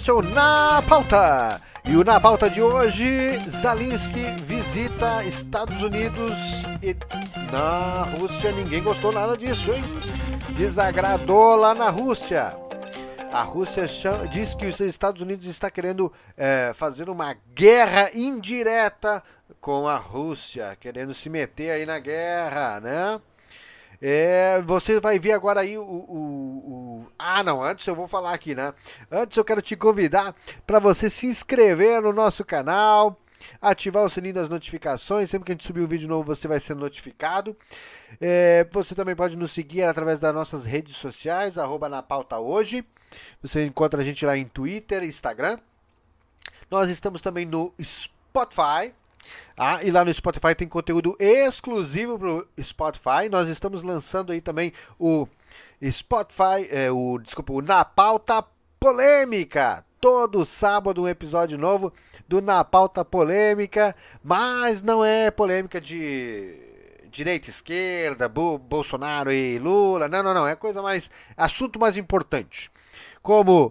Esse é o Na Pauta. E o Na Pauta de hoje, Zelensky visita Estados Unidos e na Rússia ninguém gostou nada disso, hein? Desagradou lá na Rússia. A Rússia diz que os Estados Unidos está querendo fazer uma guerra indireta com a Rússia, querendo se meter aí na guerra, né? Você vai ver agora aí não, antes eu vou falar aqui, né? Antes eu quero te convidar para você se inscrever no nosso canal, ativar o sininho das notificações. Sempre que a gente subir um vídeo novo, você vai ser notificado. Você também pode nos seguir através das nossas redes sociais, @napautahoje. Você encontra a gente lá em Twitter, Instagram. Nós estamos também no Spotify. E lá no Spotify tem conteúdo exclusivo para o Spotify. Nós estamos lançando aí também o Spotify, o Na Pauta Polêmica. Todo sábado um episódio novo do Na Pauta Polêmica, mas não é polêmica de direita, esquerda, Bolsonaro e Lula. Não. É coisa mais, assunto mais importante. Como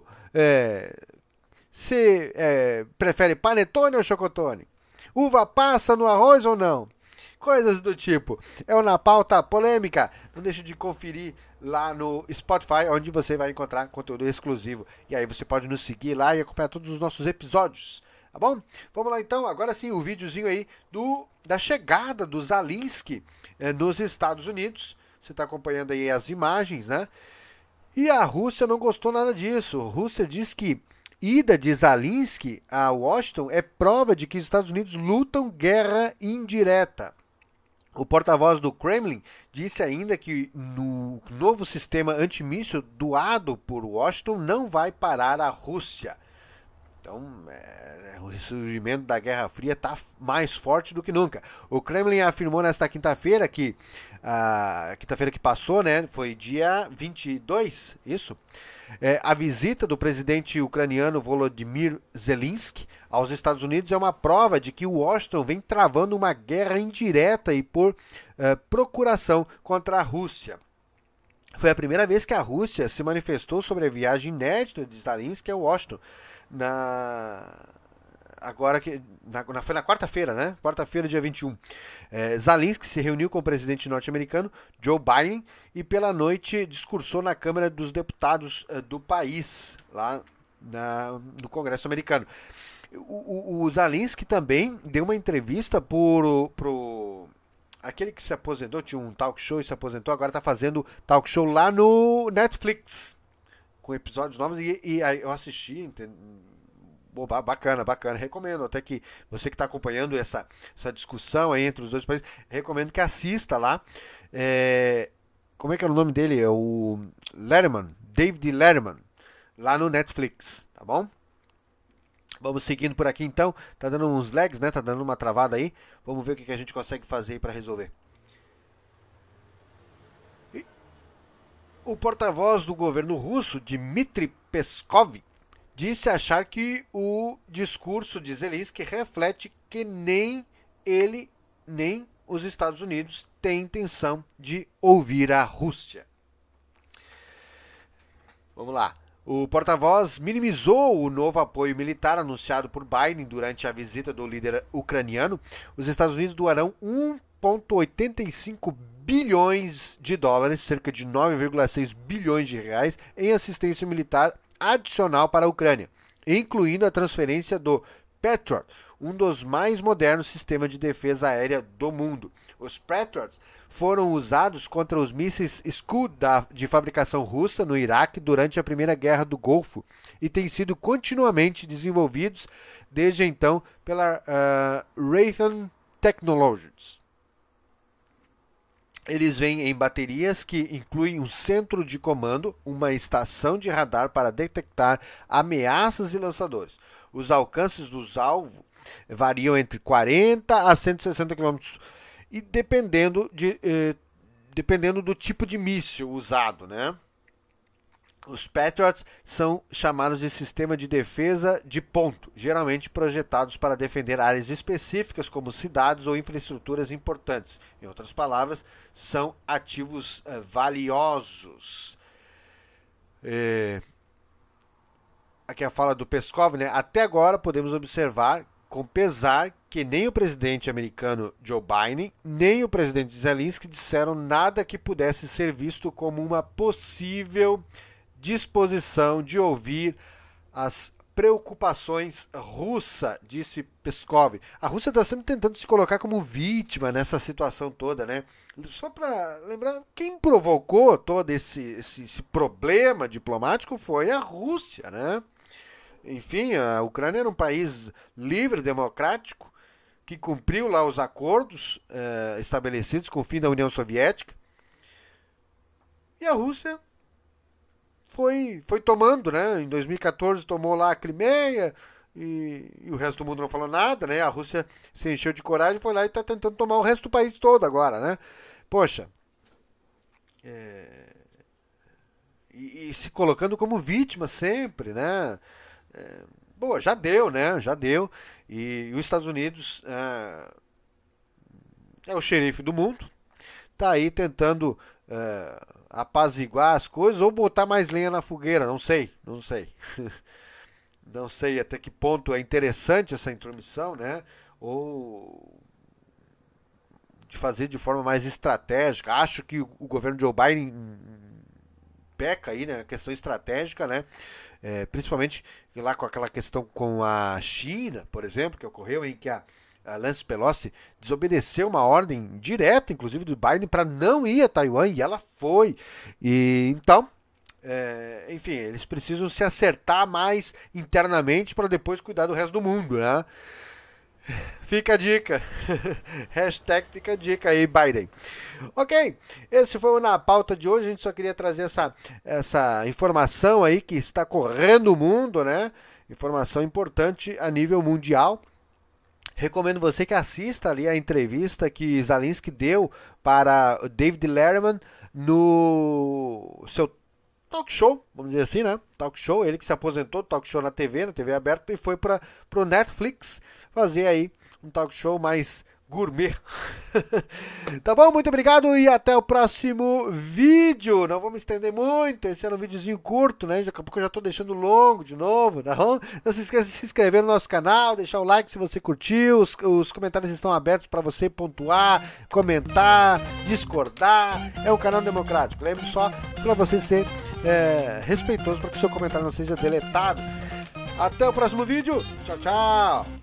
se prefere panetone ou chocotone? Uva passa no arroz ou não? Coisas do tipo. É o Na Pauta Polêmica. Não deixe de conferir lá no Spotify, onde você vai encontrar conteúdo exclusivo. E aí você pode nos seguir lá e acompanhar todos os nossos episódios. Tá bom? Vamos lá então. Agora sim, o videozinho aí da chegada do Zelensky nos Estados Unidos. Você está acompanhando aí as imagens, né? E a Rússia não gostou nada disso. A Rússia diz que ida de Zelensky a Washington é prova de que os Estados Unidos lutam guerra indireta. O porta-voz do Kremlin disse ainda que no novo sistema antimíssil doado por Washington não vai parar a Rússia. Então, o ressurgimento da Guerra Fria está mais forte do que nunca. O Kremlin afirmou nesta quinta-feira que a quinta-feira que passou, né, foi dia 22, isso? A visita do presidente ucraniano Volodymyr Zelensky aos Estados Unidos é uma prova de que Washington vem travando uma guerra indireta e por procuração contra a Rússia. Foi a primeira vez que a Rússia se manifestou sobre a viagem inédita de Zelensky a Washington. Foi na quarta-feira, né? Quarta-feira, dia 21. Zelensky se reuniu com o presidente norte-americano Joe Biden e pela noite discursou na Câmara dos Deputados do país, lá no Congresso americano. O Zelensky também deu uma entrevista pro aquele que se aposentou, tinha um talk show e se aposentou, agora está fazendo talk show lá no Netflix, com episódios novos, e aí eu assisti, bacana, recomendo até que você que está acompanhando essa discussão aí entre os dois países, recomendo que assista lá. Como é que é o nome dele? É o Letterman, David Letterman, lá no Netflix, tá bom? Vamos seguindo por aqui então, tá dando uns lags, né? Tá dando uma travada aí, vamos ver o que a gente consegue fazer aí para resolver. O porta-voz do governo russo, Dmitry Peskov, disse achar que o discurso de Zelensky reflete que nem ele, nem os Estados Unidos têm intenção de ouvir a Rússia. Vamos lá. O porta-voz minimizou o novo apoio militar anunciado por Biden durante a visita do líder ucraniano. Os Estados Unidos doarão 1,85 bilhões de dólares, cerca de 9,6 bilhões de reais, em assistência militar adicional para a Ucrânia, incluindo a transferência do Patriot, um dos mais modernos sistemas de defesa aérea do mundo. Os Patriots foram usados contra os mísseis Scud de fabricação russa no Iraque durante a Primeira Guerra do Golfo e têm sido continuamente desenvolvidos desde então pela Raytheon Technologies. Eles vêm em baterias que incluem um centro de comando, uma estação de radar para detectar ameaças e lançadores. Os alcances dos alvos variam entre 40 a 160 km e dependendo do tipo de míssil usado, né? Os Patriots são chamados de sistema de defesa de ponto, geralmente projetados para defender áreas específicas como cidades ou infraestruturas importantes. Em outras palavras, são ativos valiosos. aqui a fala do Peskov, né? Até agora podemos observar com pesar que nem o presidente americano Joe Biden, nem o presidente Zelensky disseram nada que pudesse ser visto como uma possível disposição de ouvir as preocupações russa, disse Peskov. A Rússia está sempre tentando se colocar como vítima nessa situação toda, né? Só para lembrar, quem provocou todo esse problema diplomático foi a Rússia, né? Enfim, a Ucrânia era um país livre, democrático, que cumpriu lá os acordos estabelecidos com o fim da União Soviética. E a Rússia foi tomando, né? Em 2014 tomou lá a Crimeia e o resto do mundo não falou nada, né? A Rússia se encheu de coragem, foi lá e está tentando tomar o resto do país todo agora, né? Poxa, e se colocando como vítima sempre, né? Bom, já deu, né? Já deu. E os Estados Unidos é o xerife do mundo, tá aí tentando apaziguar as coisas ou botar mais lenha na fogueira, não sei. Não sei até que ponto é interessante essa intromissão, né? Ou de fazer de forma mais estratégica. Acho que o governo Joe Biden peca aí, né? Questão estratégica, né? Principalmente lá com aquela questão com a China, por exemplo, que ocorreu em que a Nancy Pelosi desobedeceu uma ordem direta, inclusive do Biden, para não ir a Taiwan, e ela foi. E então, enfim, eles precisam se acertar mais internamente para depois cuidar do resto do mundo, né? Fica a dica. Hashtag fica a dica aí, Biden. Ok, esse foi o Na Pauta de hoje. A gente só queria trazer essa informação aí que está correndo o mundo, né? Informação importante a nível mundial. Recomendo você que assista ali a entrevista que Zelensky deu para David Letterman no seu talk show, vamos dizer assim, né? Talk show, ele que se aposentou do talk show na TV aberta e foi para o Netflix fazer aí um talk show mais gourmet. Tá bom? Muito obrigado e até o próximo vídeo. Não vamos estender muito, esse era um videozinho curto, né? Daqui a pouco eu já tô deixando longo de novo, tá bom? Não se esqueça de se inscrever no nosso canal, deixar o like se você curtiu, os comentários estão abertos para você pontuar, comentar, discordar, é um canal democrático, lembre só para você ser respeitoso para que o seu comentário não seja deletado. Até o próximo vídeo, tchau, tchau!